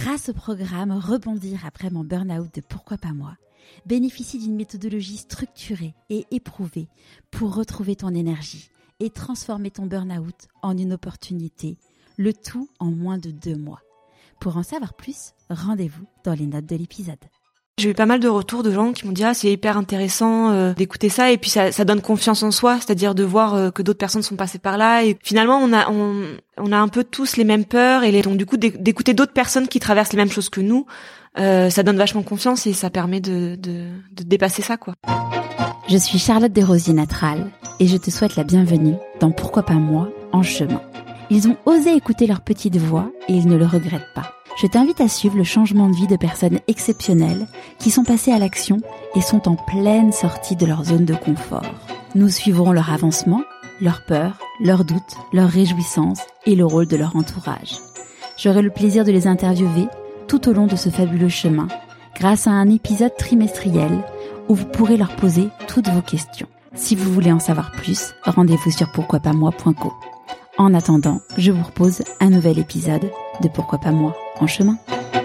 grâce au programme Rebondir après mon burn-out de Pourquoi pas moi, bénéficie d'une méthodologie structurée et éprouvée pour retrouver ton énergie et transformer ton burn-out en une opportunité, le tout en moins de 2 mois. Pour en savoir plus, rendez-vous dans les notes de l'épisode. J'ai eu pas mal de retours de gens qui m'ont dit c'est hyper intéressant d'écouter ça, et puis ça donne confiance en soi, c'est-à-dire de voir que d'autres personnes sont passées par là, et finalement on a un peu tous les mêmes peurs, donc du coup d'écouter d'autres personnes qui traversent les mêmes choses que nous, ça donne vachement confiance et ça permet de dépasser ça, quoi. Je suis Charlotte Desrosiers-Natral et je te souhaite la bienvenue dans Pourquoi pas moi en chemin. Ils ont osé écouter leur petite voix et ils ne le regrettent pas. Je t'invite à suivre le changement de vie de personnes exceptionnelles qui sont passées à l'action et sont en pleine sortie de leur zone de confort. Nous suivrons leur avancement, leurs peurs, leurs doutes, leurs réjouissances et le rôle de leur entourage. J'aurai le plaisir de les interviewer tout au long de ce fabuleux chemin, grâce à un épisode trimestriel où vous pourrez leur poser toutes vos questions. Si vous voulez en savoir plus, rendez-vous sur pourquoipasmoi.co. En attendant, je vous propose un nouvel épisode de Pourquoi pas moi en chemin.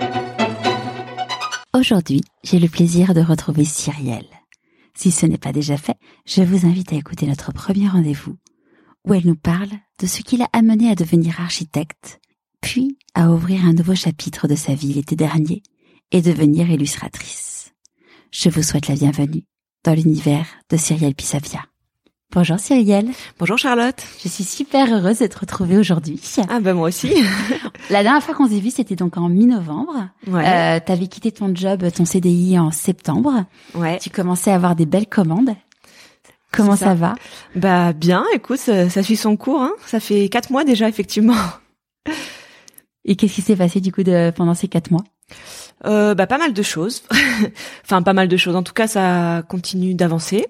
Aujourd'hui, j'ai le plaisir de retrouver Cyrielle. Si ce n'est pas déjà fait, je vous invite à écouter notre premier rendez-vous où elle nous parle de ce qui l'a amenée à devenir architecte, puis à ouvrir un nouveau chapitre de sa vie l'été dernier et devenir illustratrice. Je vous souhaite la bienvenue dans l'univers de Cyrielle Pisavia. Bonjour Cyrielle. Bonjour Charlotte. Je suis super heureuse de te retrouver aujourd'hui. Ah bah moi aussi. La dernière fois qu'on s'est vu, c'était donc en mi-novembre. Ouais. T'avais quitté ton job, ton CDI en septembre. Ouais. Tu commençais à avoir des belles commandes. Comment ça va? Bah bien, écoute, ça suit son cours, hein. Ça fait 4 mois déjà, effectivement. Et qu'est-ce qui s'est passé du coup pendant ces 4 mois? Pas mal de choses. Enfin, pas mal de choses. En tout cas, ça continue d'avancer.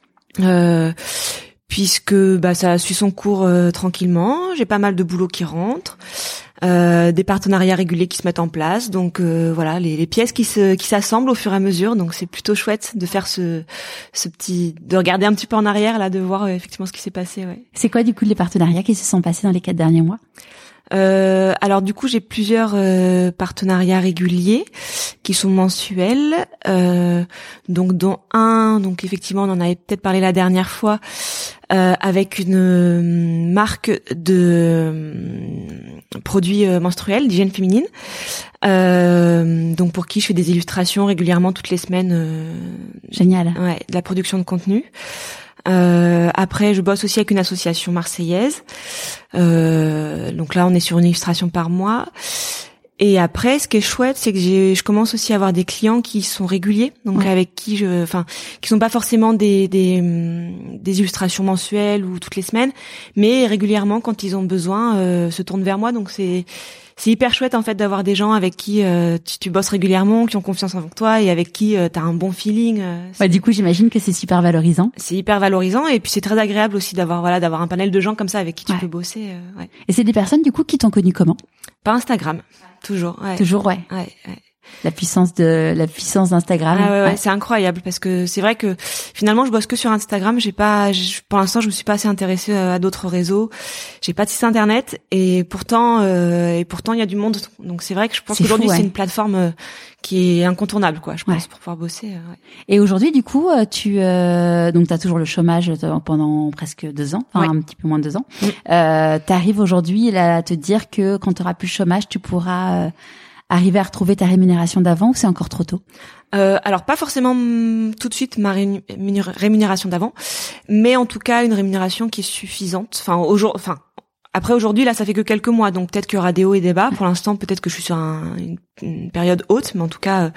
Puisque ça suit son cours tranquillement, j'ai pas mal de boulot qui rentre, des partenariats réguliers qui se mettent en place, donc voilà, les pièces qui s'assemblent au fur et à mesure, donc c'est plutôt chouette de faire ce petit, de regarder un petit peu en arrière là, de voir effectivement ce qui s'est passé. Ouais. C'est quoi du coup les partenariats qui se sont passés dans les 4 derniers mois? Alors du coup j'ai plusieurs partenariats réguliers qui sont mensuels, donc dont un, donc effectivement on en avait peut-être parlé la dernière fois, avec une marque de produits menstruels d'hygiène féminine, donc pour qui je fais des illustrations régulièrement toutes les semaines. Génial. Ouais, de la production de contenu. Après, je bosse aussi avec une association marseillaise. Donc là, on est sur une illustration par mois. Et après, ce qui est chouette, c'est que je commence aussi à avoir des clients qui sont réguliers, donc ouais. Avec qui qui sont pas forcément des illustrations mensuelles ou toutes les semaines, mais régulièrement, quand ils ont besoin, se tournent vers moi. Donc c'est hyper chouette en fait d'avoir des gens avec qui tu bosses régulièrement, qui ont confiance en toi et avec qui t'as un bon feeling. Ouais, du coup, j'imagine que c'est super valorisant. C'est hyper valorisant et puis c'est très agréable aussi d'avoir un panel de gens comme ça avec qui tu peux bosser. Ouais. Et c'est des personnes du coup qui t'ont connu comment? Par Instagram, toujours. Ouais. Toujours, ouais. Ouais. La puissance d'Instagram. Ah ouais, c'est incroyable parce que c'est vrai que finalement je bosse que sur Instagram. Pour l'instant, je me suis pas assez intéressée à d'autres réseaux. J'ai pas de site internet et pourtant il y a du monde. Donc c'est vrai que je pense qu'aujourd'hui c'est une plateforme qui est incontournable, quoi. Je pense pour pouvoir bosser. Ouais. Et aujourd'hui, du coup, donc t'as toujours le chômage pendant presque 2 ans, enfin un petit peu moins de 2 ans. T'arrives aujourd'hui là, à te dire que quand t'auras plus le chômage, tu pourras arriver à retrouver ta rémunération d'avant, ou c'est encore trop tôt? Alors pas forcément tout de suite ma rémunération d'avant, mais en tout cas une rémunération qui est suffisante. Après aujourd'hui là, ça fait que quelques mois, donc peut-être qu'il y aura des hauts et des bas. Pour l'instant, peut-être que je suis sur une période haute, mais en tout cas,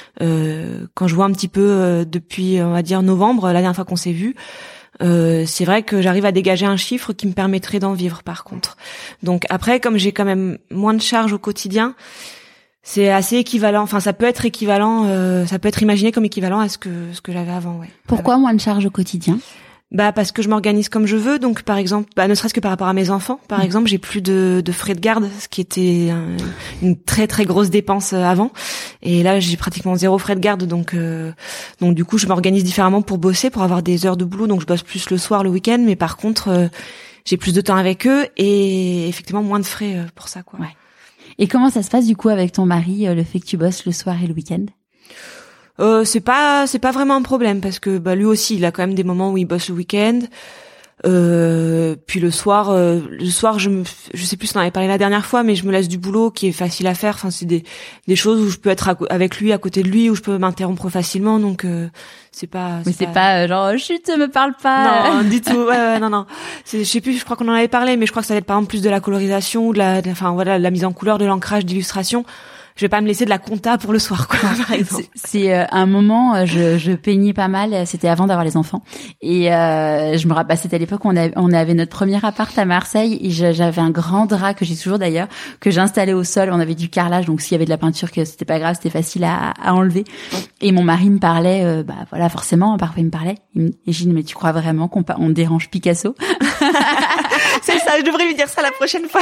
quand je vois un petit peu depuis, on va dire novembre, la dernière fois qu'on s'est vu. C'est vrai que j'arrive à dégager un chiffre qui me permettrait d'en vivre par contre. Donc après, comme j'ai quand même moins de charges au quotidien, c'est assez équivalent. Enfin, ça peut être équivalent, ça peut être imaginé comme équivalent à ce que j'avais avant. Ouais. Pourquoi moins de charges au quotidien? Parce que je m'organise comme je veux. Donc par exemple, ne serait-ce que par rapport à mes enfants, par exemple, j'ai plus de frais de garde, ce qui était une très très grosse dépense avant. Et là, j'ai pratiquement 0 frais de garde. Donc du coup, je m'organise différemment pour bosser, pour avoir des heures de boulot. Donc je bosse plus le soir, le week-end, mais par contre, j'ai plus de temps avec eux et effectivement moins de frais pour ça, quoi. Ouais. Et comment ça se passe du coup avec ton mari, le fait que tu bosses le soir et le week-end? C'est pas vraiment un problème parce que lui aussi il a quand même des moments où il bosse le week-end. Puis le soir je sais plus si on en avait parlé la dernière fois, mais je me laisse du boulot qui est facile à faire. Enfin c'est des choses où je peux être avec lui, à côté de lui, où je peux m'interrompre facilement. Donc c'est pas. Mais c'est pas genre chut, me parle pas. Non du tout. Non. Je sais plus. Je crois qu'on en avait parlé, mais je crois que ça va être par exemple plus de la colorisation ou de la mise en couleur, de l'ancrage, d'illustration. Je vais pas me laisser de la compta pour le soir, quoi, par exemple. C'est un moment, je peignais pas mal. C'était avant d'avoir les enfants. Et je me rappelle, c'était à l'époque où on avait notre premier appart à Marseille. Et j'avais un grand drap que j'ai toujours d'ailleurs, que j'ai installé au sol. On avait du carrelage, donc s'il y avait de la peinture, que c'était pas grave, c'était facile à enlever. Et mon mari me parlait, voilà, forcément, parfois il me parlait. Et j'ai dit, mais tu crois vraiment qu'on dérange Picasso? C'est ça, je devrais lui dire ça la prochaine fois.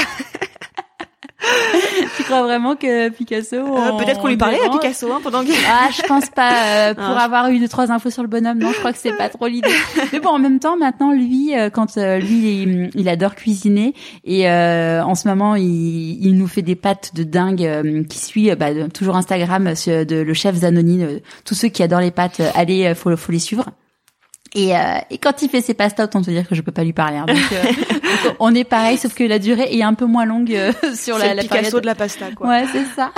Tu crois vraiment que Picasso peut-être qu'on lui parlait à Picasso pendant que... Ah, je pense pas. Pour avoir eu 2-3 infos sur le bonhomme, non, je crois que c'est pas trop l'idée. Mais bon, en même temps, maintenant, lui, quand lui, il adore cuisiner et en ce moment, il nous fait des pâtes de dingue qui suit toujours Instagram de le chef Zanoni. Tous ceux qui adorent les pâtes, allez, faut les suivre. Et quand il fait ses pastas, autant te dire que je peux pas lui parler. Donc on est pareil, sauf que la durée est un peu moins longue sur la Picasso période. De la pasta, quoi. Ouais, c'est ça.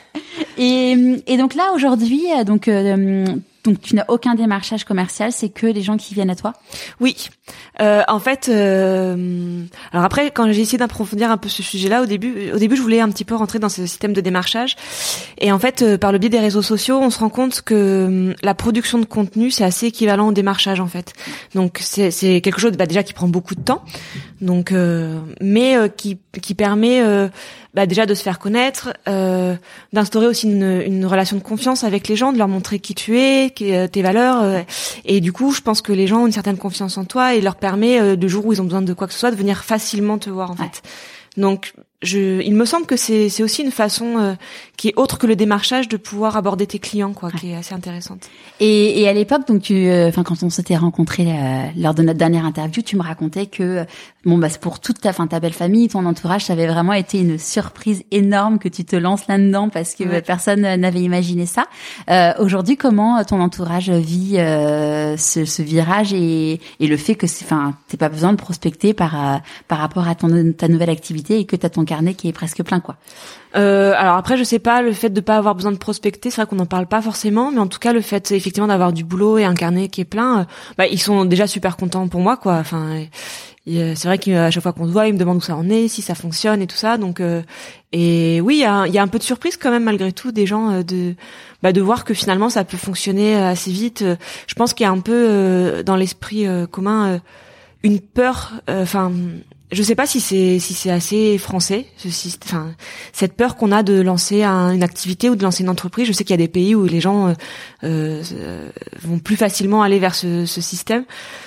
Et donc là aujourd'hui, donc tu n'as aucun démarchage commercial, c'est que les gens qui viennent à toi? Oui. En fait, alors après, quand j'ai essayé d'approfondir un peu ce sujet-là, au début, je voulais un petit peu rentrer dans ce système de démarchage. Et en fait, par le biais des réseaux sociaux, on se rend compte que la production de contenu, c'est assez équivalent au démarchage, en fait. Donc, c'est quelque chose, déjà, qui prend beaucoup de temps. Donc, mais qui permet, déjà de se faire connaître, d'instaurer aussi une relation de confiance avec les gens, de leur montrer qui tu es, tes valeurs, et du coup je pense que les gens ont une certaine confiance en toi et leur permet le jour où ils ont besoin de quoi que ce soit de venir facilement te voir en fait. Donc il me semble que c'est aussi une façon qui est autre que le démarchage de pouvoir aborder tes clients, quoi, qui est assez intéressante. Et à l'époque, donc quand on s'était rencontrés lors de notre dernière interview, tu me racontais que pour toute ta belle famille, ton entourage, ça avait vraiment été une surprise énorme que tu te lances là-dedans parce que personne n'avait imaginé ça. Aujourd'hui, comment ton entourage vit ce virage et le fait que t'aies pas besoin de prospecter par rapport à ta nouvelle activité et que t'as ton carnet qui est presque plein, quoi. Alors après, je sais pas, le fait de pas avoir besoin de prospecter, c'est vrai qu'on n'en parle pas forcément, mais en tout cas, le fait effectivement d'avoir du boulot et un carnet qui est plein, ils sont déjà super contents pour moi, quoi. Enfin, c'est vrai qu'à chaque fois qu'on se voit, ils me demandent où ça en est, si ça fonctionne et tout ça. Donc, et oui, il y a un peu de surprise quand même malgré tout des gens de voir que finalement ça peut fonctionner assez vite. Je pense qu'il y a un peu dans l'esprit commun une peur. Je sais pas si c'est assez français, cette peur qu'on a de lancer une activité ou de lancer une entreprise. Je sais qu'il y a des pays où les gens vont plus facilement aller vers ce système.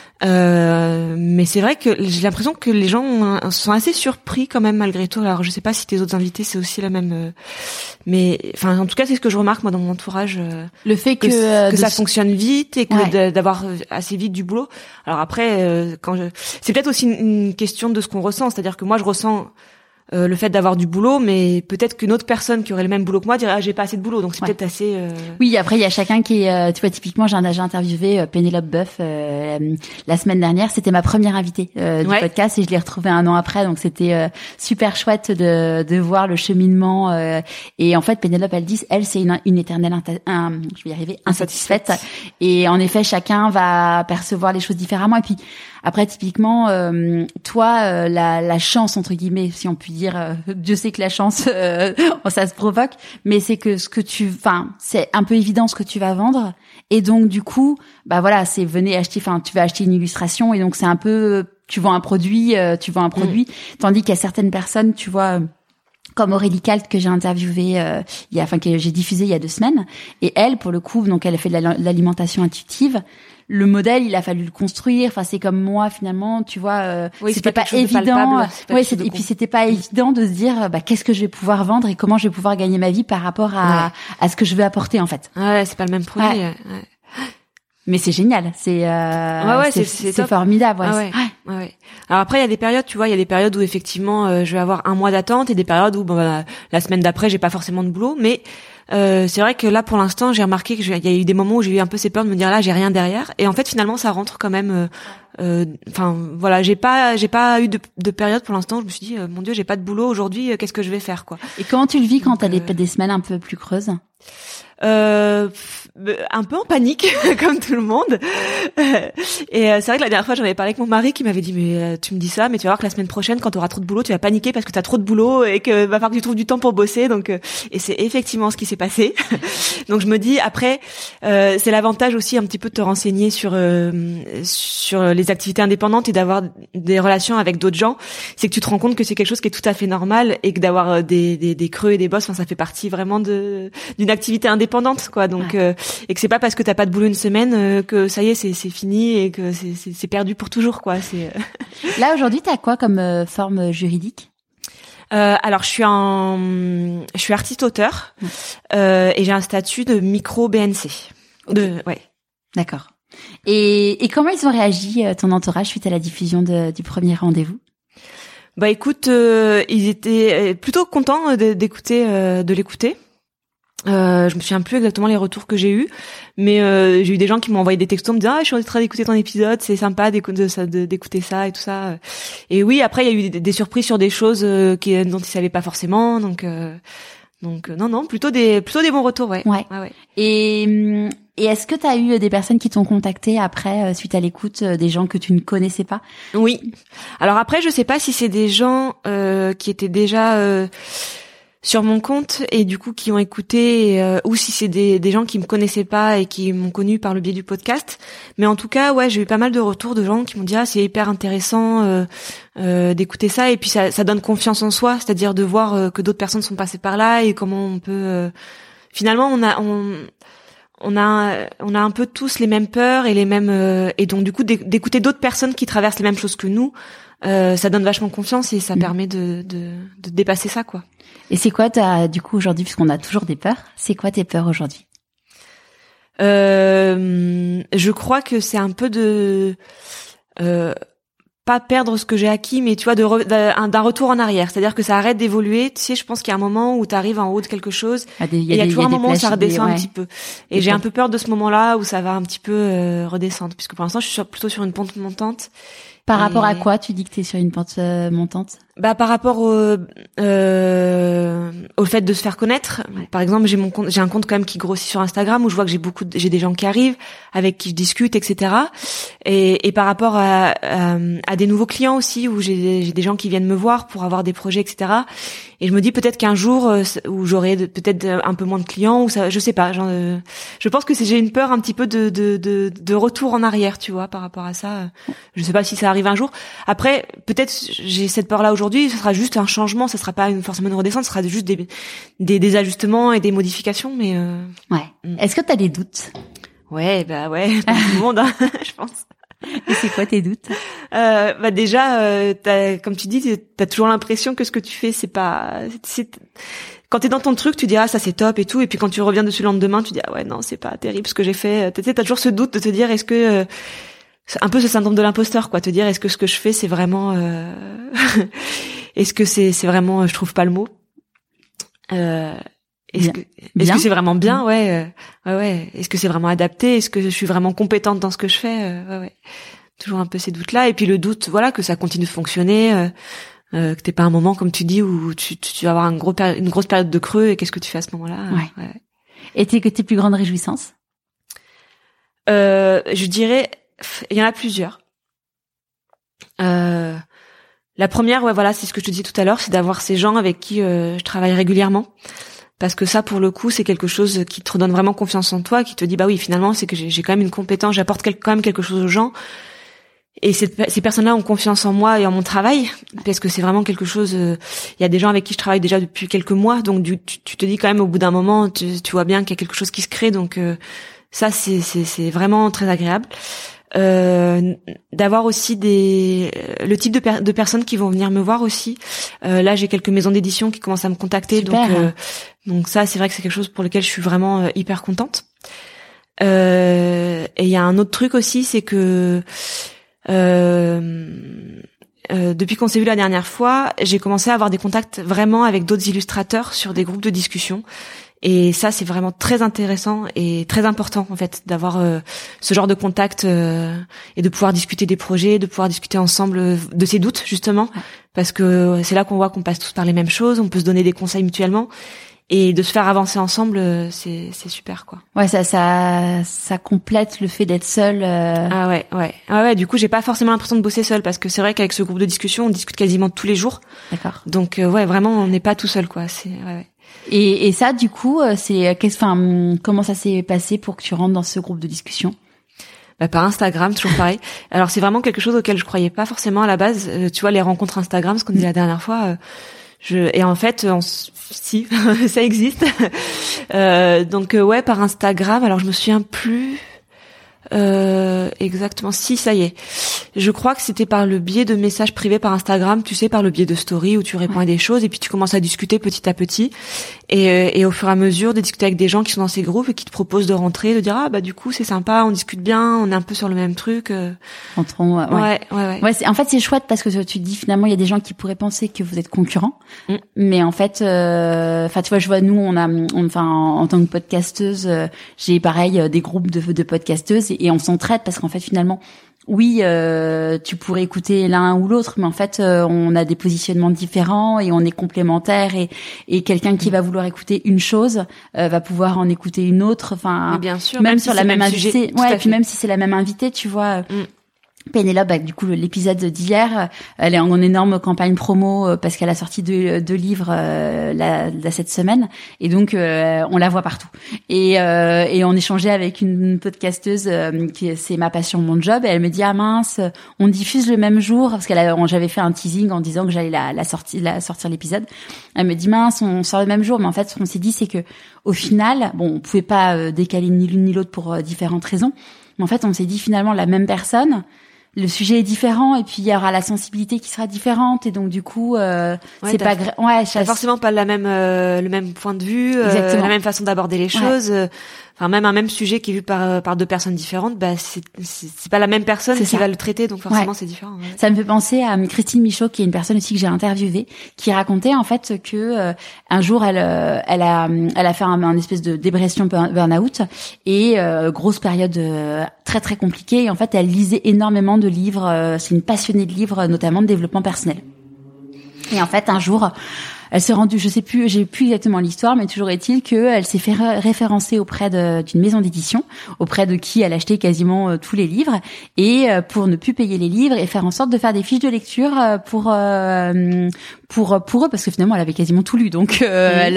Mais c'est vrai que j'ai l'impression que les gens sont assez surpris quand même malgré tout. Alors je sais pas si tes autres invités c'est aussi la même, mais en tout cas c'est ce que je remarque moi dans mon entourage. Le fait que ça fonctionne vite et que d'avoir assez vite du boulot. Alors après c'est peut-être aussi une question de ce qu'on ressent, c'est-à-dire que moi je ressens le fait d'avoir du boulot, mais peut-être qu'une autre personne qui aurait le même boulot que moi dirait j'ai pas assez de boulot, donc c'est peut-être assez Oui, après il y a chacun qui est tu vois, typiquement j'ai interviewé Pénélope Boeuf la semaine dernière, c'était ma première invitée du podcast et je l'ai retrouvée 1 an après, donc c'était super chouette de voir le cheminement et en fait Pénélope elle c'est une éternelle je vais y arriver, insatisfaite, et en effet chacun va percevoir les choses différemment. Et puis après, typiquement, toi, la chance entre guillemets, si on peut dire, Dieu sait que la chance, ça se provoque, mais c'est que c'est un peu évident ce que tu vas vendre, et donc du coup, c'est venez acheter, tu vas acheter une illustration, et donc c'est un peu, tu vends un produit, tandis qu'il y a certaines personnes, tu vois. Comme Aurélie Kalt que j'ai interviewée que j'ai diffusé il y a 2 semaines, et elle pour le coup donc elle a fait de l'alimentation intuitive. Le modèle, il a fallu le construire. Enfin, c'est comme moi finalement, tu vois. C'était pas évident. Et puis c'était pas évident de se dire, qu'est-ce que je vais pouvoir vendre et comment je vais pouvoir gagner ma vie par rapport à ce que je veux apporter en fait. Ouais, c'est pas le même produit. Mais c'est génial, c'est formidable. Ouais. Ah ouais. Alors après il y a des périodes, tu vois, il y a des périodes où effectivement je vais avoir un mois d'attente et des périodes où la semaine d'après j'ai pas forcément de boulot, mais c'est vrai que là pour l'instant j'ai remarqué qu'il y a eu des moments où j'ai eu un peu ces peurs de me dire là j'ai rien derrière, et en fait finalement ça rentre quand même. Enfin voilà, j'ai pas eu de période pour l'instant où je me suis dit mon Dieu j'ai pas de boulot aujourd'hui, qu'est-ce que je vais faire quoi. Et comment tu le vis quand t'as des semaines un peu plus creuses? Un peu en panique comme tout le monde, et c'est vrai que la dernière fois j'en avais parlé avec mon mari qui m'avait dit mais tu me dis ça mais tu vas voir que la semaine prochaine quand tu auras trop de boulot tu vas paniquer parce que tu as trop de boulot et que va falloir que tu trouves du temps pour bosser, donc et c'est effectivement ce qui s'est passé. Donc je me dis après c'est l'avantage aussi un petit peu de te renseigner sur les activités indépendantes et d'avoir des relations avec d'autres gens, c'est que tu te rends compte que c'est quelque chose qui est tout à fait normal et que d'avoir des creux et des bosses, enfin ça fait partie vraiment d'une activité indépendante quoi, donc et que c'est pas parce que t'as pas de boulot une semaine que ça y est c'est fini et que c'est perdu pour toujours quoi. C'est Là aujourd'hui t'as quoi comme forme juridique? Alors je suis artiste-auteur et j'ai un statut de micro BNC. Okay. Ouais. D'accord. Et comment ils ont réagi ton entourage suite à la diffusion du premier rendez-vous? Bah écoute, ils étaient plutôt contents de l'écouter. Je me souviens plus exactement les retours que j'ai eus, mais j'ai eu des gens qui m'ont envoyé des textos me disant je suis en train d'écouter ton épisode, c'est sympa d'écouter ça et tout ça. Et oui, après il y a eu des surprises sur des choses dont ils savaient pas forcément, donc non, plutôt des bons retours, ouais. Ouais. Ah ouais. Et est-ce que tu as eu des personnes qui t'ont contacté après suite à l'écoute, des gens que tu ne connaissais pas? Oui. Alors après je sais pas si c'est des gens qui étaient déjà sur mon compte et du coup qui ont écouté ou si c'est des gens qui me connaissaient pas et qui m'ont connu par le biais du podcast, mais en tout cas ouais j'ai eu pas mal de retours de gens qui m'ont dit c'est hyper intéressant d'écouter ça, et puis ça donne confiance en soi, c'est-à-dire de voir que d'autres personnes sont passées par là et comment on peut finalement on a un peu tous les mêmes peurs et les mêmes et donc du coup d'écouter d'autres personnes qui traversent les mêmes choses que nous, ça donne vachement confiance et ça permet de dépasser ça quoi. Et c'est quoi du coup aujourd'hui, puisqu'on a toujours des peurs, c'est quoi tes peurs aujourd'hui? Je crois que c'est un peu de pas perdre ce que j'ai acquis, mais tu vois d'un retour en arrière, c'est-à-dire que ça arrête d'évoluer. Tu sais, je pense qu'il y a un moment où tu arrives en haut de quelque chose, et il y a toujours un moment où ça redescend un petit peu. Et j'ai un peu peur de ce moment-là où ça va un petit peu redescendre, puisque pour l'instant je suis plutôt sur une pente montante. Par rapport à quoi tu dis que t'es sur une pente montante? Bah par rapport au fait de se faire connaître. Ouais. Par exemple, j'ai un compte quand même qui grossit sur Instagram où je vois que j'ai des gens qui arrivent, avec qui je discute, etc. Et par rapport à des nouveaux clients aussi, où j'ai des gens qui viennent me voir pour avoir des projets, etc. Et je me dis peut-être qu'un jour où j'aurai peut-être un peu moins de clients, ou ça, je sais pas. Je pense que j'ai une peur un petit peu de retour en arrière, tu vois, par rapport à ça. Je sais pas si ça arrive un jour. Après, peut-être j'ai cette peur-là aujourd'hui. Ce sera juste un changement. Ça sera pas forcément une redescente. Ce sera juste des ajustements et des modifications. Mais ouais. Est-ce que t'as des doutes? Ouais, bah ouais, tout le monde, hein, je pense. Et c'est quoi tes doutes? Bah déjà, comme tu dis, t'as toujours l'impression que ce que tu fais, quand t'es dans ton truc, tu dis ça c'est top et tout, et puis quand tu reviens dessus le lendemain, tu dis ouais non c'est pas terrible ce que j'ai fait. T'as toujours ce doute de te dire est-ce que un peu ce syndrome de l'imposteur quoi, te dire est-ce que ce que je fais c'est vraiment est-ce que c'est vraiment je trouve pas le mot. Est-ce que c'est vraiment bien? Ouais. Est-ce que c'est vraiment adapté? Est-ce que je suis vraiment compétente dans ce que je fais? Ouais. Toujours un peu ces doutes-là. Et puis le doute, voilà, que ça continue de fonctionner, que t'es pas un moment, comme tu dis, où tu vas avoir une grosse période de creux, et qu'est-ce que tu fais à ce moment-là? Ouais. Et tes plus grandes réjouissances? Je dirais, il y en a plusieurs. La première, ouais, voilà, c'est ce que je te disais tout à l'heure, c'est d'avoir ces gens avec qui je travaille régulièrement. Parce que ça, pour le coup, c'est quelque chose qui te redonne vraiment confiance en toi, qui te dit, bah oui, finalement, c'est que j'ai quand même une compétence, j'apporte quand même quelque chose aux gens. Et ces personnes-là ont confiance en moi et en mon travail, parce que c'est vraiment quelque chose, il y a des gens avec qui je travaille déjà depuis quelques mois, donc tu te dis quand même au bout d'un moment, tu vois bien qu'il y a quelque chose qui se crée, donc ça, c'est vraiment très agréable. D'avoir aussi le type de personnes qui vont venir me voir aussi. Là, j'ai quelques maisons d'édition qui commencent à me contacter. Super. Donc ça, c'est vrai que c'est quelque chose pour lequel je suis vraiment hyper contente. Et il y a un autre truc aussi, c'est que depuis qu'on s'est vu la dernière fois, j'ai commencé à avoir des contacts vraiment avec d'autres illustrateurs sur des groupes de discussion. Et ça, c'est vraiment très intéressant et très important, en fait, d'avoir ce genre de contact et de pouvoir discuter des projets, de pouvoir discuter ensemble de ses doutes, justement, parce que c'est là qu'on voit qu'on passe tous par les mêmes choses, on peut se donner des conseils mutuellement. Et de se faire avancer ensemble, c'est super, quoi. Ouais, ça complète le fait d'être seul. Ah ouais. Du coup, j'ai pas forcément l'impression de bosser seul, parce que c'est vrai qu'avec ce groupe de discussion, on discute quasiment tous les jours. D'accord. Donc ouais, vraiment, on n'est pas tout seul, quoi. C'est ouais. Et ça, du coup, comment ça s'est passé pour que tu rentres dans ce groupe de discussion? Par Instagram, toujours pareil. Alors c'est vraiment quelque chose auquel je croyais pas forcément à la base. Tu vois, les rencontres Instagram, ce qu'on disait la dernière fois. Et en fait, si ça existe. Donc ouais, par Instagram. Alors je me souviens plus exactement. Si, ça y est. Je crois que c'était par le biais de messages privés par Instagram, tu sais, par le biais de stories où tu réponds à des choses et puis tu commences à discuter petit à petit et au fur et à mesure de discuter avec des gens qui sont dans ces groupes et qui te proposent de rentrer, de dire du coup c'est sympa, on discute bien, on est un peu sur le même truc. Entrons. Ouais. En fait c'est chouette parce que tu te dis finalement il y a des gens qui pourraient penser que vous êtes concurrents, mais en fait, tu vois, je vois nous en tant que podcasteuse, j'ai pareil des groupes de podcasteuses et on s'entraide parce qu'en fait finalement oui, tu pourrais écouter l'un ou l'autre, mais en fait, on a des positionnements différents et on est complémentaires et quelqu'un qui va vouloir écouter une chose va pouvoir en écouter une autre. Enfin, bien sûr, même sur si la même invitée. Ouais, et puis même si c'est la même invitée, tu vois. Pénélope, du coup, l'épisode d'hier, elle est en énorme campagne promo parce qu'elle a sorti deux livres cette semaine, et donc on la voit partout. Et on échangeait avec une podcasteuse c'est ma passion, mon job, et elle me dit mince, on diffuse le même jour parce j'avais fait un teasing en disant que j'allais la sortir l'épisode. Elle me dit mince, on sort le même jour, mais en fait, ce qu'on s'est dit, c'est que au final, on pouvait pas décaler ni l'une ni l'autre pour différentes raisons, mais en fait, on s'est dit finalement la même personne. Le sujet est différent et puis il y aura la sensibilité qui sera différente et donc du coup c'est pas t'as forcément pas le même point de vue, la même façon d'aborder les choses. Enfin même un même sujet qui est vu par deux personnes différentes, c'est pas la même personne qui va le traiter, donc forcément c'est différent. Ouais. Ça me fait penser à Christine Michaud, qui est une personne aussi que j'ai interviewée, qui racontait en fait que un jour elle a fait un espèce de dépression burn-out et grosse période très très compliquée, et en fait elle lisait énormément de livres, c'est une passionnée de livres, notamment de développement personnel. Et en fait un jour elle s'est rendue, je sais plus, j'ai plus exactement l'histoire, mais toujours est-il qu'elle s'est fait référencer auprès d'une maison d'édition, auprès de qui elle achetait quasiment tous les livres, et pour ne plus payer les livres et faire en sorte de faire des fiches de lecture pour eux, parce que finalement elle avait quasiment tout lu. Donc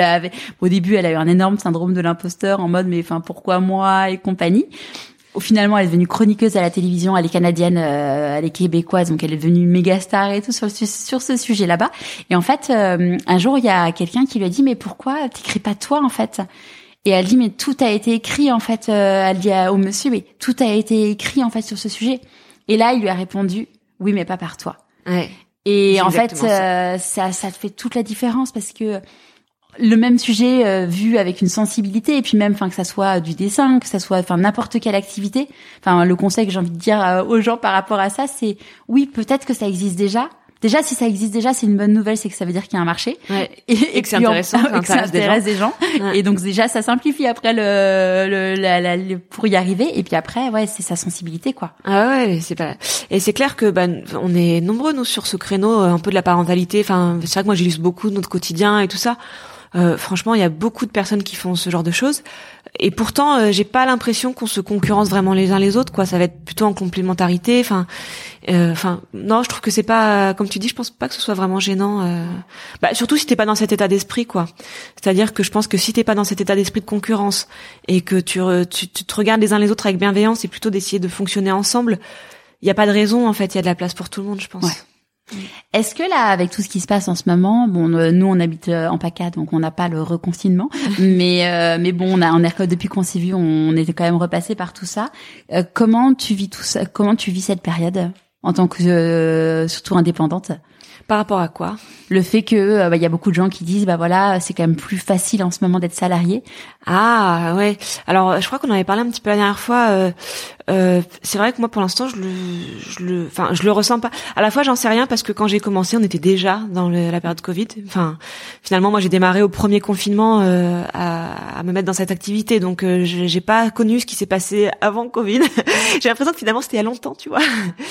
au début elle a eu un énorme syndrome de l'imposteur en mode mais pourquoi moi et compagnie. Finalement, elle est devenue chroniqueuse à la télévision. Elle est canadienne, elle est québécoise, donc elle est devenue méga star et tout sur ce sujet là-bas. Et en fait, un jour, il y a quelqu'un qui lui a dit mais pourquoi t'écris pas toi en fait? Et elle dit mais tout a été écrit en fait. Elle dit au monsieur mais tout a été écrit en fait sur ce sujet. Et là, il lui a répondu oui mais pas par toi. Ouais. Et en fait, ça fait toute la différence parce que le même sujet vu avec une sensibilité, et puis même que ça soit du dessin, que ça soit n'importe quelle activité, le conseil que j'ai envie de dire aux gens par rapport à ça, c'est oui, peut-être que ça existe déjà. Déjà, si ça existe déjà, c'est une bonne nouvelle, c'est que ça veut dire qu'il y a un marché. Ouais. Et que c'est intéressant, que ça intéresse des gens. Ouais. Et donc déjà, ça simplifie après pour y arriver. Et puis après, c'est sa sensibilité, quoi. Ah ouais, et c'est clair que on est nombreux nous sur ce créneau un peu de la parentalité. C'est vrai que moi j'illustre beaucoup de notre quotidien et tout ça. Franchement, il y a beaucoup de personnes qui font ce genre de choses, et pourtant, j'ai pas l'impression qu'on se concurrence vraiment les uns les autres, quoi. Ça va être plutôt en complémentarité. Non, je trouve que c'est pas, comme tu dis, je pense pas que ce soit vraiment gênant. Surtout si t'es pas dans cet état d'esprit, quoi. C'est-à-dire que je pense que si t'es pas dans cet état d'esprit de concurrence et que tu te regardes les uns les autres avec bienveillance et plutôt d'essayer de fonctionner ensemble, il y a pas de raison en fait. Il y a de la place pour tout le monde, je pense. Ouais. Est-ce que là, avec tout ce qui se passe en ce moment, nous on habite en PACA, donc on n'a pas le reconfinement, mais on est depuis qu'on s'est vu, on était quand même repassé par tout ça. Comment tu vis tout ça? Comment tu vis cette période en tant que surtout indépendante? Par rapport à quoi? Le fait que y a beaucoup de gens qui disent c'est quand même plus facile en ce moment d'être salarié. Ah ouais. Alors je crois qu'on en avait parlé un petit peu la dernière fois. C'est vrai que moi pour l'instant je le ressens pas. À la fois j'en sais rien parce que quand j'ai commencé on était déjà dans la période Covid. Enfin finalement moi j'ai démarré au premier confinement à me mettre dans cette activité, donc j'ai pas connu ce qui s'est passé avant Covid. J'ai l'impression que finalement c'était il y a longtemps, tu vois.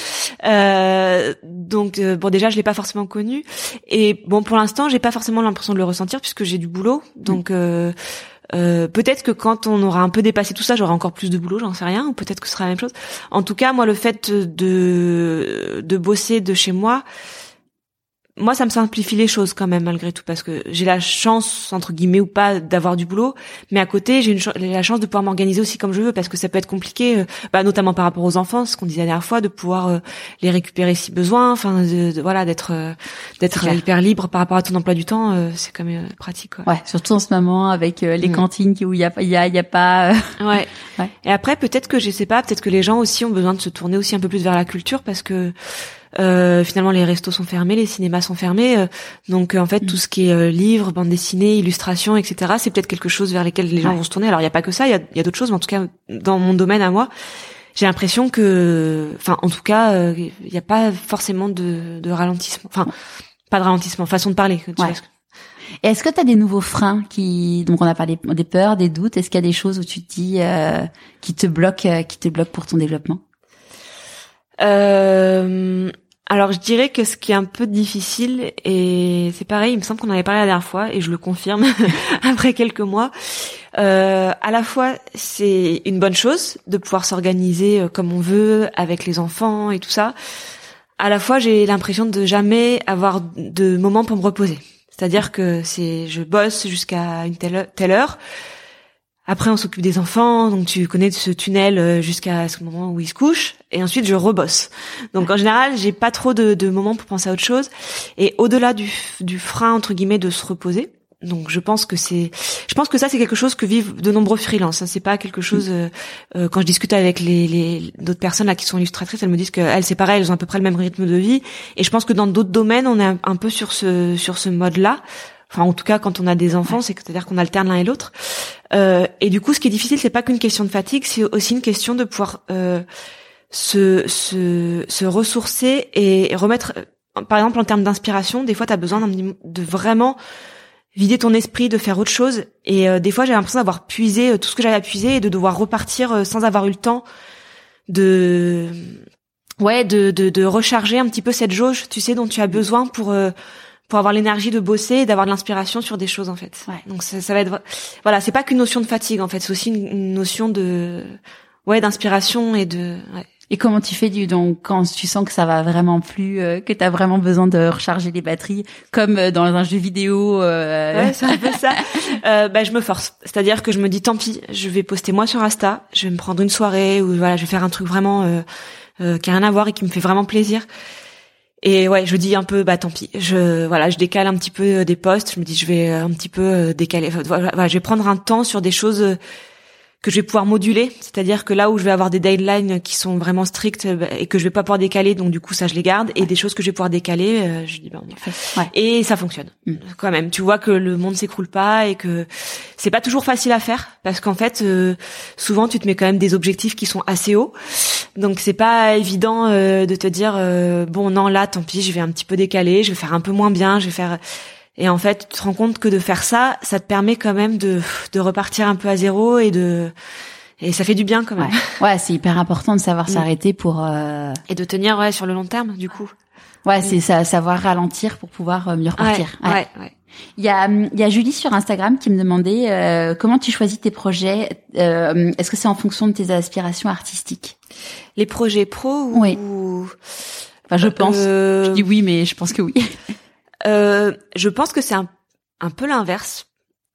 Donc bon déjà je l'ai pas forcément connu et bon pour l'instant j'ai pas forcément l'impression de le ressentir puisque j'ai du boulot, donc peut-être que quand on aura un peu dépassé tout ça, j'aurai encore plus de boulot, j'en sais rien, ou peut-être que ce sera la même chose. En tout cas, moi, le fait de bosser de chez moi, moi, ça me simplifie les choses quand même, malgré tout, parce que j'ai la chance, entre guillemets ou pas, d'avoir du boulot, mais à côté, j'ai la chance de pouvoir m'organiser aussi comme je veux, parce que ça peut être compliqué, notamment par rapport aux enfants, ce qu'on disait la dernière fois, de pouvoir les récupérer si besoin, enfin, voilà, d'être hyper libre par rapport à ton emploi du temps, c'est quand même pratique, quoi. Ouais, surtout en ce moment avec les cantines où il y a pas. Ouais. Et après, peut-être que je sais pas, peut-être que les gens aussi ont besoin de se tourner aussi un peu plus vers la culture, parce que finalement les restos sont fermés, les cinémas sont fermés, donc en fait tout ce qui est livres, bande dessinée, illustration, etc. c'est peut-être quelque chose vers lesquels les gens vont se tourner. Alors il y a pas que ça, il y a d'autres choses, mais en tout cas dans mon domaine à moi, j'ai l'impression que, enfin en tout cas, il y a pas forcément de ralentissement, enfin pas de ralentissement, façon de parler. Tu vois. Et est-ce que tu as des nouveaux freins donc on a parlé des peurs, des doutes, est-ce qu'il y a des choses où tu te dis qui te bloquent pour ton développement? Alors je dirais que ce qui est un peu difficile, et c'est pareil, il me semble qu'on en avait parlé la dernière fois et je le confirme après quelques mois, à la fois c'est une bonne chose de pouvoir s'organiser comme on veut avec les enfants et tout ça. À la fois j'ai l'impression de jamais avoir de moment pour me reposer. C'est-à-dire que je bosse jusqu'à une telle heure. Après, on s'occupe des enfants, donc tu connais ce tunnel jusqu'à ce moment où ils se couchent, et ensuite je rebosse. Donc en général, j'ai pas trop de moments pour penser à autre chose. Et au-delà du frein entre guillemets de se reposer, donc je pense que ça c'est quelque chose que vivent de nombreux freelances. C'est pas quelque chose. Quand je discute avec les d'autres personnes là qui sont illustratrices, elles me disent que elles c'est pareil, elles ont à peu près le même rythme de vie. Et je pense que dans d'autres domaines, on est un peu sur ce mode-là. Enfin, en tout cas, quand on a des enfants, c'est-à-dire qu'on alterne l'un et l'autre. Et du coup, ce qui est difficile, c'est pas qu'une question de fatigue, c'est aussi une question de pouvoir se ressourcer et remettre. Par exemple, en termes d'inspiration, des fois, t'as besoin de vraiment vider ton esprit, de faire autre chose. Et des fois, j'ai l'impression d'avoir puisé tout ce que j'avais à puiser et de devoir repartir sans avoir eu le temps de recharger un petit peu cette jauge, tu sais, dont tu as besoin pour avoir l'énergie de bosser et d'avoir de l'inspiration sur des choses en fait. Ouais. Donc ça va être voilà, c'est pas qu'une notion de fatigue en fait, c'est aussi une notion d'inspiration et de Et comment tu fais donc quand tu sens que ça va vraiment plus, que t'as vraiment besoin de recharger les batteries, comme dans un jeu vidéo Ouais, c'est un peu ça. Je me force. C'est-à-dire que je me dis tant pis, je vais poster moi sur Insta, je vais me prendre une soirée où voilà, je vais faire un truc vraiment qui a rien à voir et qui me fait vraiment plaisir. Et ouais, je dis un peu tant pis. Je décale un petit peu des posts, je me dis je vais un petit peu décaler. Voilà, je vais prendre un temps sur des choses que je vais pouvoir moduler, c'est-à-dire que là où je vais avoir des deadlines qui sont vraiment strictes et que je vais pas pouvoir décaler, donc du coup ça je les garde, et des choses que je vais pouvoir décaler, je dis et ça fonctionne quand même. Tu vois que le monde s'écroule pas et que c'est pas toujours facile à faire parce qu'en fait souvent tu te mets quand même des objectifs qui sont assez hauts, donc c'est pas évident de te dire bon non là tant pis je vais un petit peu décaler, je vais faire un peu moins bien, je vais faire. Et en fait, tu te rends compte que de faire ça, ça te permet quand même de repartir un peu à zéro et ça fait du bien quand même. Ouais, c'est hyper important de savoir s'arrêter pour et de tenir sur le long terme du coup. Ouais, c'est ça, savoir ralentir pour pouvoir mieux repartir. Ouais. Il y a Julie sur Instagram qui me demandait comment tu choisis tes projets. Est-ce que c'est en fonction de tes aspirations artistiques? Les projets pro ou Enfin, je pense. Je dis oui, mais je pense que oui. Je pense que c'est un peu l'inverse.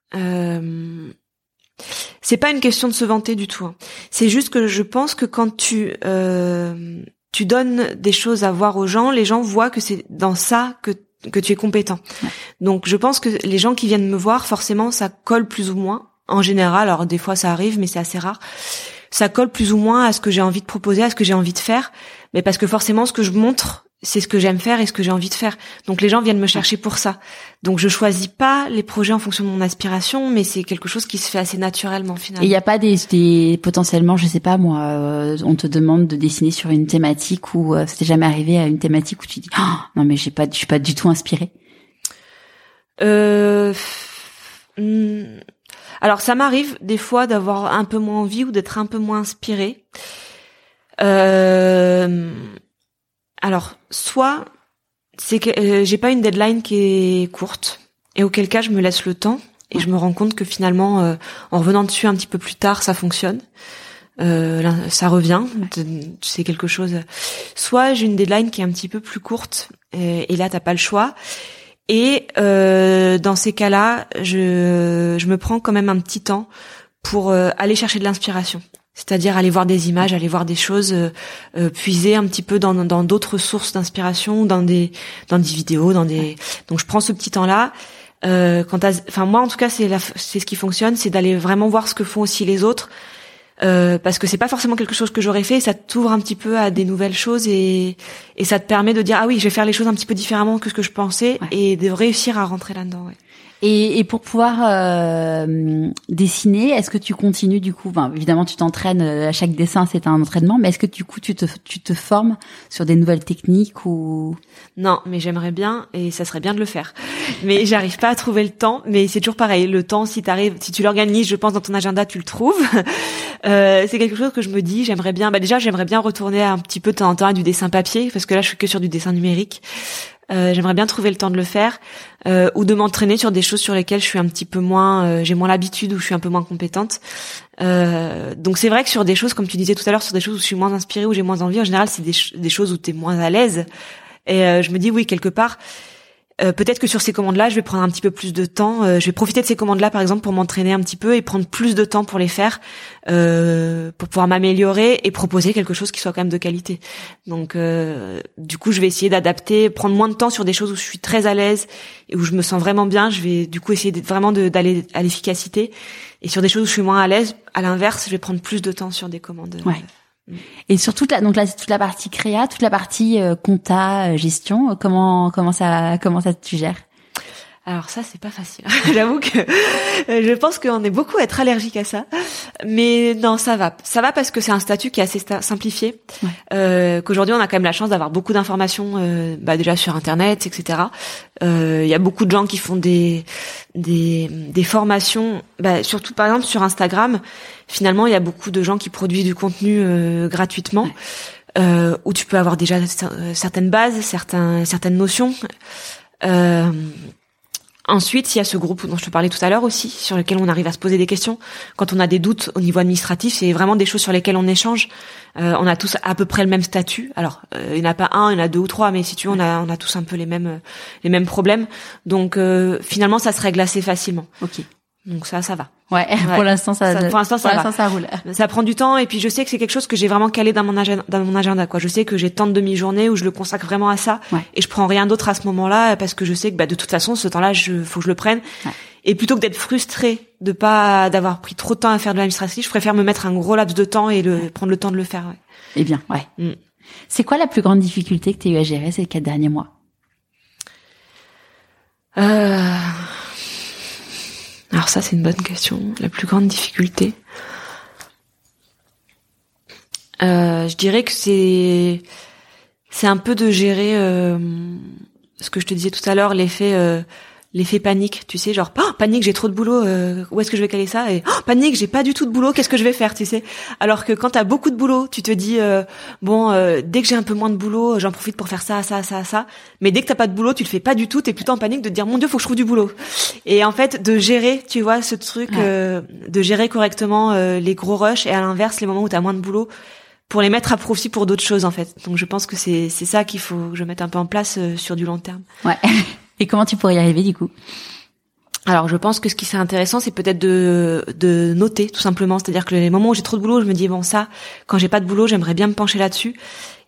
C'est pas une question de se vanter du tout. Hein. C'est juste que je pense que quand tu donnes des choses à voir aux gens, les gens voient que c'est dans ça que tu es compétent. Ouais. Donc je pense que les gens qui viennent me voir, forcément, ça colle plus ou moins. En général, alors des fois ça arrive, mais c'est assez rare. Ça colle plus ou moins à ce que j'ai envie de proposer, à ce que j'ai envie de faire. Mais parce que forcément, ce que je montre, c'est ce que j'aime faire et ce que j'ai envie de faire. Donc les gens viennent me chercher pour ça. Donc je choisis pas les projets en fonction de mon aspiration, mais c'est quelque chose qui se fait assez naturellement finalement. Et il y a pas des potentiellement, je sais pas moi, on te demande de dessiner sur une thématique ou ça t'est jamais arrivé à une thématique où tu dis non mais je suis pas du tout inspirée. Alors ça m'arrive des fois d'avoir un peu moins envie ou d'être un peu moins inspirée. Alors, soit c'est que j'ai pas une deadline qui est courte, et auquel cas je me laisse le temps, et je me rends compte que finalement, en revenant dessus un petit peu plus tard, ça fonctionne. Ça revient, c'est quelque chose. Soit j'ai une deadline qui est un petit peu plus courte, et là t'as pas le choix. Et dans ces cas-là, je me prends quand même un petit temps pour aller chercher de l'inspiration. C'est-à-dire aller voir des images, aller voir des choses, puiser un petit peu dans d'autres sources d'inspiration, dans des vidéos, donc je prends ce petit temps-là. Moi en tout cas c'est ce qui fonctionne, c'est d'aller vraiment voir ce que font aussi les autres, parce que c'est pas forcément quelque chose que j'aurais fait, et ça t'ouvre un petit peu à des nouvelles choses et ça te permet de dire ah oui, je vais faire les choses un petit peu différemment que ce que je pensais, et de réussir à rentrer là-dedans. Ouais. Et pour pouvoir dessiner, est-ce que tu continues du coup, évidemment tu t'entraînes à chaque dessin, c'est un entraînement, mais est-ce que du coup tu te formes sur des nouvelles techniques ou? Non, mais j'aimerais bien, et ça serait bien de le faire. Mais j'arrive pas à trouver le temps, mais c'est toujours pareil, le temps, si tu l'organises, je pense dans ton agenda, tu le trouves. C'est quelque chose que je me dis, j'aimerais bien retourner un petit peu de temps en temps à du dessin papier, parce que là je suis que sur du dessin numérique. J'aimerais bien trouver le temps de le faire, ou de m'entraîner sur des choses sur lesquelles je suis un petit peu moins, j'ai moins l'habitude, ou je suis un peu moins compétente. Donc c'est vrai que sur des choses, comme tu disais tout à l'heure, sur des choses où je suis moins inspirée, où j'ai moins envie, en général c'est des choses où t'es moins à l'aise. Et je me dis oui, quelque part, peut-être que sur ces commandes-là, je vais prendre un petit peu plus de temps. Je vais profiter de ces commandes-là, par exemple, pour m'entraîner un petit peu et prendre plus de temps pour les faire, pour pouvoir m'améliorer et proposer quelque chose qui soit quand même de qualité. Donc, du coup, je vais essayer d'adapter, prendre moins de temps sur des choses où je suis très à l'aise et où je me sens vraiment bien. Je vais du coup essayer d'aller à l'efficacité. Et sur des choses où je suis moins à l'aise, à l'inverse, je vais prendre plus de temps sur des commandes. Ouais. Et sur toute la partie créa, toute la partie compta, gestion, comment ça tu gères? Alors ça, c'est pas facile. J'avoue que je pense qu'on est beaucoup à être allergique à ça. Mais non, ça va. Ça va parce que c'est un statut qui est assez simplifié. Ouais. Qu'aujourd'hui, on a quand même la chance d'avoir beaucoup d'informations, déjà sur Internet, etc. Il y a beaucoup de gens qui font des formations, surtout par exemple sur Instagram. Finalement, il y a beaucoup de gens qui produisent du contenu gratuitement. Ouais. Où tu peux avoir déjà certaines bases, certaines notions. Ensuite, il y a ce groupe dont je te parlais tout à l'heure aussi, sur lequel on arrive à se poser des questions. Quand on a des doutes au niveau administratif, c'est vraiment des choses sur lesquelles on échange. On a tous à peu près le même statut. Alors, il n'y en a pas un, il y en a deux ou trois, mais si tu veux, on a tous un peu les mêmes problèmes. Donc, finalement, ça se règle assez facilement. Ok. Donc ça va. Ouais. Pour l'instant, ça roule. Ça prend du temps, et puis je sais que c'est quelque chose que j'ai vraiment calé dans mon agenda, quoi. Je sais que j'ai tant de demi-journées où je le consacre vraiment à ça. Ouais. Et je prends rien d'autre à ce moment-là, parce que je sais que, de toute façon, ce temps-là, faut que je le prenne. Ouais. Et plutôt que d'être frustrée d'avoir pris trop de temps à faire de l'administratif, je préfère me mettre un gros laps de temps et prendre le temps de le faire, ouais. Eh bien, ouais. C'est quoi la plus grande difficulté que tu as eu à gérer ces 4 derniers mois? Alors ça, c'est une bonne question. La plus grande difficulté, je dirais que c'est un peu de gérer ce que je te disais tout à l'heure, l'effet panique, tu sais, genre panique, j'ai trop de boulot, où est-ce que je vais caler ça, et panique, j'ai pas du tout de boulot, qu'est-ce que je vais faire, tu sais. Alors que quand t'as beaucoup de boulot, tu te dis dès que j'ai un peu moins de boulot, j'en profite pour faire ça. Mais dès que t'as pas de boulot, tu le fais pas du tout, t'es plutôt en panique de te dire mon Dieu, faut que je trouve du boulot. Et en fait, de gérer, tu vois, ce truc, de gérer correctement les gros rushs, et à l'inverse les moments où t'as moins de boulot, pour les mettre à profit pour d'autres choses, en fait. Donc je pense que c'est ça qu'il faut que je mette un peu en place sur du long terme. Ouais. Et comment tu pourrais y arriver, du coup? Alors, je pense que ce qui serait intéressant, c'est peut-être de noter, tout simplement. C'est-à-dire que les moments où j'ai trop de boulot, je me dis, bon, ça, quand j'ai pas de boulot, j'aimerais bien me pencher là-dessus.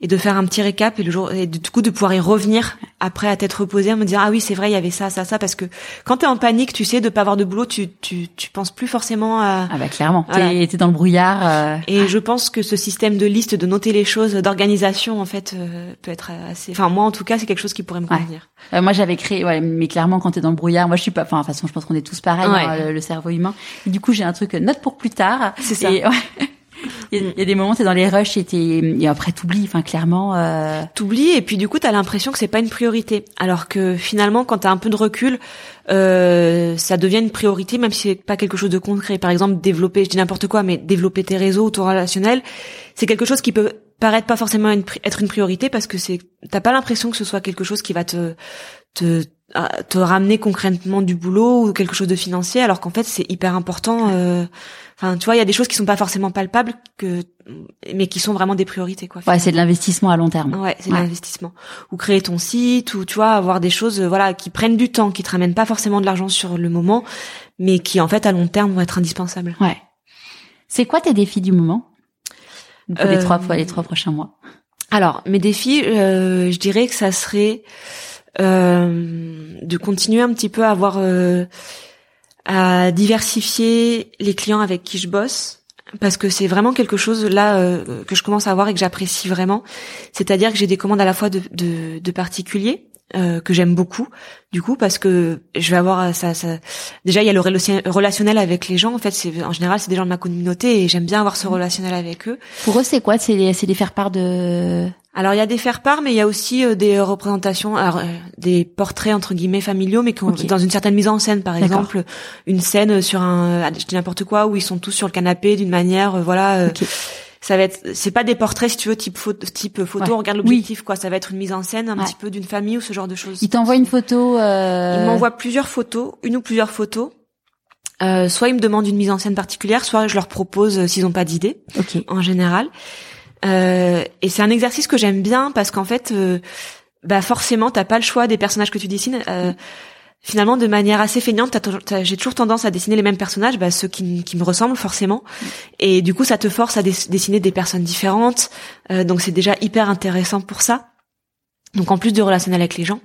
et de faire un petit récap et du coup de pouvoir y revenir après à tête reposée, à me dire ah oui c'est vrai il y avait ça parce que quand t'es en panique, tu sais, de pas avoir de boulot, tu penses plus forcément à clairement, voilà. T'es dans le brouillard. Et je pense que ce système de liste, de noter les choses, d'organisation en fait peut être assez, enfin moi en tout cas c'est quelque chose qui pourrait me convenir. Moi j'avais créé, mais clairement quand t'es dans le brouillard, moi je suis pas, enfin de toute façon je pense qu'on est tous pareils, le cerveau humain. Et du coup j'ai un truc note pour plus tard. C'est ça. Et, il y a des moments t'es dans les rushs et après t'oublies, enfin clairement. T'oublies et puis du coup t'as l'impression que c'est pas une priorité, alors que finalement quand t'as un peu de recul, ça devient une priorité même si c'est pas quelque chose de concret. Par exemple développer, je dis n'importe quoi, mais développer tes réseaux, ton relationnel, c'est quelque chose qui peut paraître pas forcément être une priorité parce que t'as pas l'impression que ce soit quelque chose qui va te ramener concrètement du boulot ou quelque chose de financier, alors qu'en fait c'est hyper important. Enfin, tu vois, il y a des choses qui sont pas forcément palpables mais qui sont vraiment des priorités, quoi. Ouais, c'est de l'investissement à long terme. Ouais, c'est de l'investissement. Ou créer ton site, ou tu vois, avoir des choses, qui prennent du temps, qui te ramènent pas forcément de l'argent sur le moment, mais qui en fait à long terme vont être indispensables. Ouais. C'est quoi tes défis du moment pour les trois prochains mois? Alors, mes défis, je dirais que ça serait de continuer un petit peu à diversifier les clients avec qui je bosse, parce que c'est vraiment quelque chose là que je commence à voir et que j'apprécie vraiment. C'est-à-dire que j'ai des commandes à la fois de particuliers que j'aime beaucoup, du coup, parce que je vais avoir ça. Déjà, il y a le relationnel avec les gens. En fait, en général, c'est des gens de ma communauté et j'aime bien avoir ce relationnel avec eux. Pour eux, c'est quoi? C'est les faire part de... Alors il y a des faire-part, mais il y a aussi des représentations, des portraits entre guillemets familiaux, mais dans une certaine mise en scène. Par exemple, une scène sur je dis n'importe quoi, où ils sont tous sur le canapé d'une manière, ça va être, c'est pas des portraits si tu veux type photo, on regarde l'objectif quoi. Ça va être une mise en scène un petit peu d'une famille ou ce genre de choses. Ils t'envoient une photo. Ils m'envoient plusieurs photos, une ou plusieurs photos. Soit ils me demandent une mise en scène particulière, soit je leur propose s'ils ont pas d'idée. En général. Et c'est un exercice que j'aime bien parce qu'en fait, forcément, t'as pas le choix des personnages que tu dessines. Finalement, de manière assez feignante, j'ai toujours tendance à dessiner les mêmes personnages, ceux qui me ressemblent forcément. Et du coup, ça te force à dessiner des personnes différentes. Donc c'est déjà hyper intéressant pour ça. Donc en plus du relationnel avec les gens.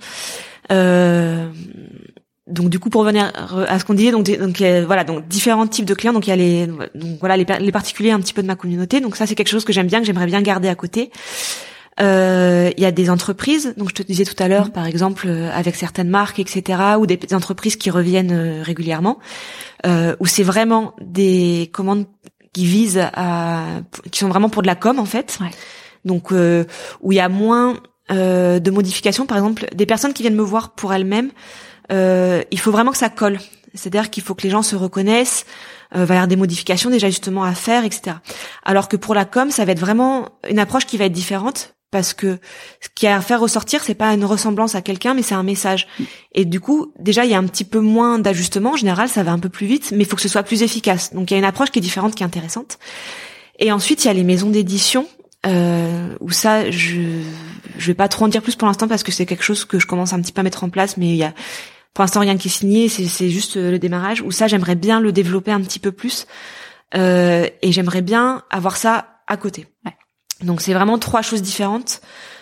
Donc du coup pour revenir à ce qu'on disait, donc différents types de clients. Donc il y a les particuliers un petit peu de ma communauté. Donc ça c'est quelque chose que j'aime bien, que j'aimerais bien garder à côté. Il y a des entreprises, donc je te disais tout à l'heure par exemple avec certaines marques etc. ou des entreprises qui reviennent régulièrement, où c'est vraiment des commandes qui sont vraiment pour de la com en fait. Donc où il y a moins de modifications. Par exemple des personnes qui viennent me voir pour elles-mêmes. Il faut vraiment que ça colle. C'est-à-dire qu'il faut que les gens se reconnaissent, va y avoir des modifications, des ajustements à faire, etc. Alors que pour la com, ça va être vraiment une approche qui va être différente parce que ce qui a à faire ressortir, c'est pas une ressemblance à quelqu'un, mais c'est un message. Et du coup, déjà, il y a un petit peu moins d'ajustements. En général, ça va un peu plus vite, mais il faut que ce soit plus efficace. Donc, il y a une approche qui est différente, qui est intéressante. Et ensuite, il y a les maisons d'édition, où ça, je vais pas trop en dire plus pour l'instant parce que c'est quelque chose que je commence un petit peu à mettre en place, mais il y a pour l'instant rien qui est signé, c'est juste le démarrage, où ça j'aimerais bien le développer un petit peu plus, et j'aimerais bien avoir ça à côté. Donc c'est vraiment 3 choses différentes,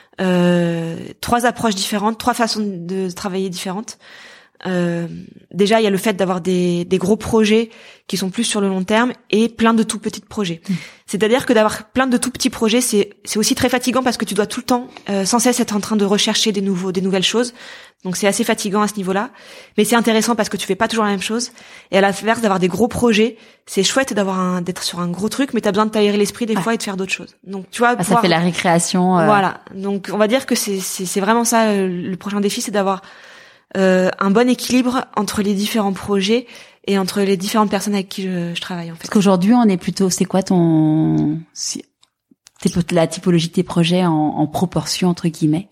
3 approches différentes, 3 façons de travailler différentes. Déjà il y a le fait d'avoir des gros projets qui sont plus sur le long terme et plein de tout petits projets. C'est-à-dire que d'avoir plein de tout petits projets, c'est aussi très fatigant parce que tu dois tout le temps sans cesse être en train de rechercher des nouvelles choses. Donc c'est assez fatigant à ce niveau-là, mais c'est intéressant parce que tu fais pas toujours la même chose. Et à l'inverse, d'avoir des gros projets, c'est chouette d'être sur un gros truc, mais t'as besoin de t'aérer l'esprit des fois et de faire d'autres choses. Donc tu vois, ça fait la récréation. Voilà. Donc on va dire que c'est vraiment ça le prochain défi, c'est d'avoir un bon équilibre entre les différents projets et entre les différentes personnes avec qui je travaille en fait. Parce qu'aujourd'hui, on est plutôt, c'est quoi la typologie de tes projets en proportion entre guillemets?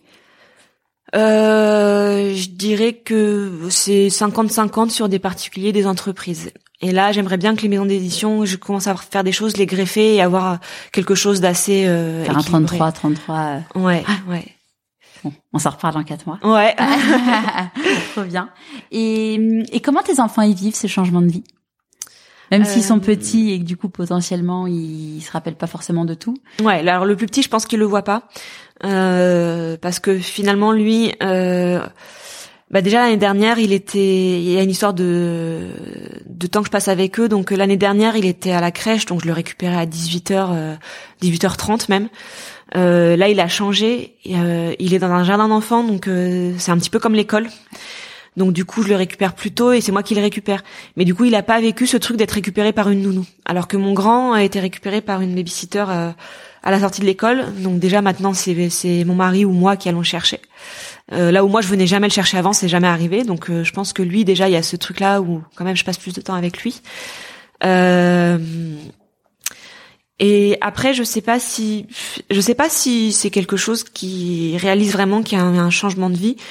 Je dirais que c'est 50-50 sur des particuliers, des entreprises. Et là, j'aimerais bien que les maisons d'édition, je commence à faire des choses, les greffer et avoir quelque chose d'assez faire équilibré. un 33. Ouais. Bon, on s'en reparle dans 4 mois. Ouais. Trop bien. Et comment tes enfants y vivent ce changement de vie? Même s'ils sont petits et que du coup potentiellement ils se rappellent pas forcément de tout. Ouais, alors le plus petit, je pense qu'il le voit pas, parce que finalement lui, déjà l'année dernière, il y a une histoire de temps que je passe avec eux, donc l'année dernière il était à la crèche, donc je le récupérais à 18h, 18h30 même. Là il a changé, il est dans un jardin d'enfants, donc c'est un petit peu comme l'école. Donc du coup, je le récupère plus tôt et c'est moi qui le récupère. Mais du coup, il a pas vécu ce truc d'être récupéré par une nounou. Alors que mon grand a été récupéré par une babysitter à la sortie de l'école. Donc déjà maintenant, c'est mon mari ou moi qui allons le chercher. Là où moi je venais jamais le chercher avant, c'est jamais arrivé. Donc je pense que lui déjà, il y a ce truc là où quand même je passe plus de temps avec lui. Et après, je sais pas si c'est quelque chose qui réalise vraiment qu'il y a un changement de vie.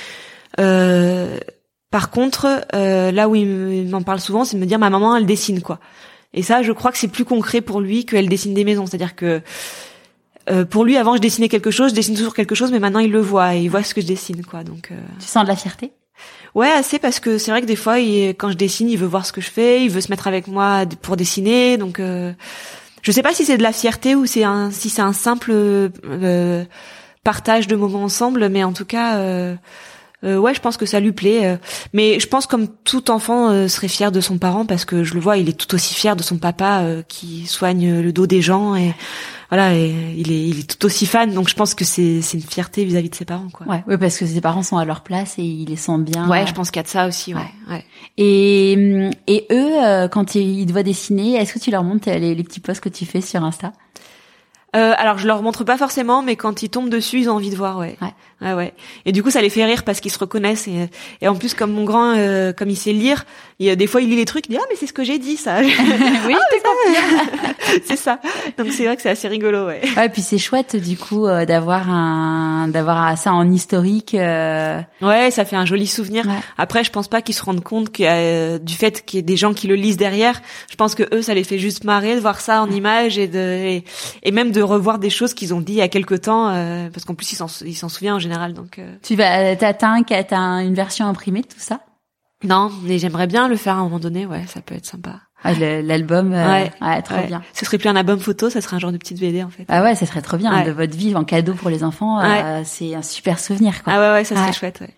Par contre, là où il m'en parle souvent, c'est de me dire ma maman elle dessine quoi. Et ça, je crois que c'est plus concret pour lui qu'elle dessine des maisons. C'est-à-dire que pour lui, avant je dessinais quelque chose, je dessine toujours quelque chose, mais maintenant il le voit et il voit ce que je dessine quoi. Donc tu sens de la fierté? Ouais, assez, parce que c'est vrai que des fois, quand je dessine, il veut voir ce que je fais, il veut se mettre avec moi pour dessiner. Donc je sais pas si c'est de la fierté ou si c'est un simple partage de moments ensemble, mais en tout cas. Ouais, je pense que ça lui plaît. Mais je pense comme tout enfant serait fier de son parent, parce que je le vois, il est tout aussi fier de son papa qui soigne le dos des gens et voilà, et il est tout aussi fan. Donc je pense que c'est une fierté vis-à-vis de ses parents quoi. Ouais, parce que ses parents sont à leur place et ils les sentent bien. Ouais, je pense qu'il y a de ça aussi. Ouais. Et eux, quand ils te voient dessiner, est-ce que tu leur montres les petits posts que tu fais sur Insta? Alors je leur montre pas forcément, mais quand ils tombent dessus, ils ont envie de voir, ouais. Et du coup, ça les fait rire parce qu'ils se reconnaissent et en plus, comme mon grand, comme il sait lire, des fois il lit les trucs, il dit mais c'est ce que j'ai dit ça. Oui, c'est ça. Donc c'est vrai que c'est assez rigolo, ouais. Ouais, puis c'est chouette du coup d'avoir ça en historique. Ouais, ça fait un joli souvenir. Ouais. Après, je pense pas qu'ils se rendent compte du fait qu'il y ait des gens qui le lisent derrière. Je pense que eux, ça les fait juste marrer de voir ça en images et même de revoir des choses qu'ils ont dit il y a quelque temps, parce qu'en plus ils s'en souviennent en général. Donc t'as une version imprimée de tout ça? Non, mais j'aimerais bien le faire à un moment donné. Ouais, ça peut être sympa. Ah, l'album, ouais, trop bien. Ce serait plus un album photo, ça serait un genre de petite BD en fait. Ah ouais, ça serait trop bien de votre vie en cadeau pour les enfants. C'est un super souvenir quoi. Ah ouais, ça serait chouette. Ouais.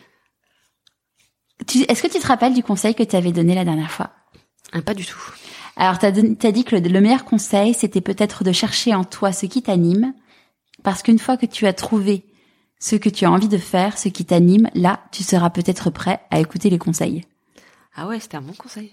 Est-ce que tu te rappelles du conseil que tu avais donné la dernière fois? Pas du tout. Alors t'as dit que le meilleur conseil c'était peut-être de chercher en toi ce qui t'anime, parce qu'une fois que tu as trouvé ce que tu as envie de faire, ce qui t'anime, là tu seras peut-être prêt à écouter les conseils. Ah ouais, c'était un bon conseil.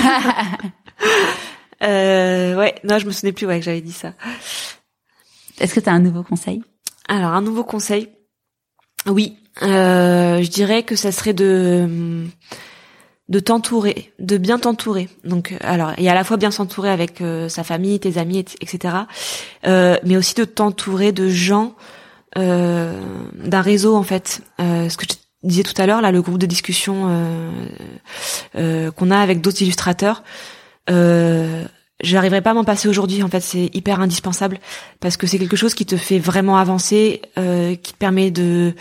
Ouais, non, je me souvenais plus que j'avais dit ça. Est-ce que tu as un nouveau conseil? Alors, un nouveau conseil. Oui, je dirais que ça serait de t'entourer, de bien t'entourer. Donc, alors, il y a à la fois bien s'entourer avec sa famille, tes amis, etc. Mais aussi de t'entourer de gens, d'un réseau en fait. Ce que je disais tout à l'heure, là, le groupe de discussion qu'on a avec d'autres illustrateurs, j'arriverai pas à m'en passer aujourd'hui. En fait, c'est hyper indispensable parce que c'est quelque chose qui te fait vraiment avancer, qui te permet de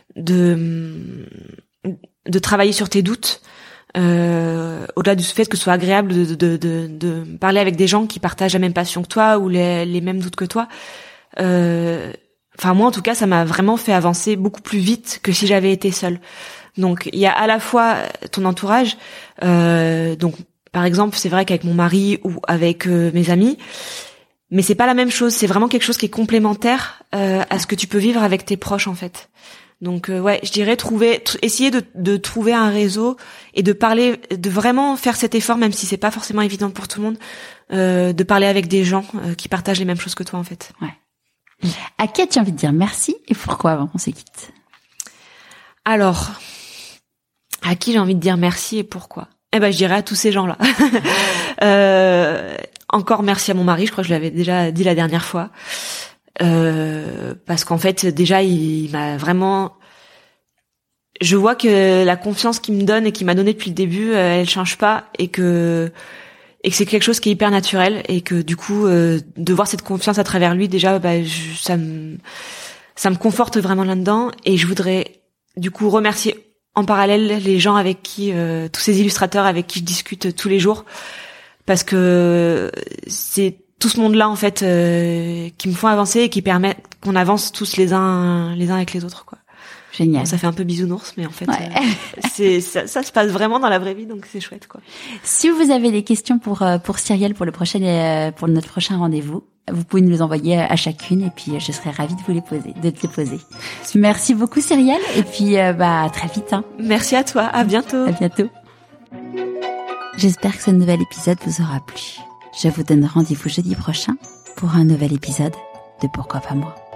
travailler sur tes doutes. Au-delà du fait que ce soit agréable de parler avec des gens qui partagent la même passion que toi ou les mêmes doutes que toi. Enfin, moi, en tout cas, ça m'a vraiment fait avancer beaucoup plus vite que si j'avais été seule. Donc, il y a à la fois ton entourage. Donc, par exemple, c'est vrai qu'avec mon mari ou avec mes amis, mais c'est pas la même chose. C'est vraiment quelque chose qui est complémentaire à ce que tu peux vivre avec tes proches, en fait. Donc, ouais, je dirais essayer de trouver un réseau et de parler, de vraiment faire cet effort, même si c'est pas forcément évident pour tout le monde, de parler avec des gens qui partagent les mêmes choses que toi, en fait. Ouais. À qui as-tu envie de dire merci et pourquoi avant qu'on se quitte? Alors, à qui j'ai envie de dire merci et pourquoi? Je dirais à tous ces gens-là. Encore merci à mon mari, je crois que je l'avais déjà dit la dernière fois. Parce qu'en fait, déjà, il m'a vraiment... Je vois que la confiance qu'il me donne et qu'il m'a donnée depuis le début, elle change pas et que c'est quelque chose qui est hyper naturel et que du coup de voir cette confiance à travers lui déjà ça me conforte vraiment là-dedans. Et je voudrais du coup remercier en parallèle les gens avec qui tous ces illustrateurs avec qui je discute tous les jours, parce que c'est tout ce monde-là en fait qui me font avancer et qui permettent qu'on avance tous les uns avec les autres, quoi. Génial. Bon, ça fait un peu bisounours, mais en fait, c'est ça se passe vraiment dans la vraie vie, donc c'est chouette, quoi. Si vous avez des questions pour Cyrielle pour notre prochain rendez-vous, vous pouvez nous les envoyer à chacune et puis je serai ravie de te les poser. Merci beaucoup Cyrielle et puis à très vite. Hein. Merci à toi, à bientôt. À bientôt. J'espère que ce nouvel épisode vous aura plu. Je vous donne rendez-vous jeudi prochain pour un nouvel épisode de Pourquoi pas moi.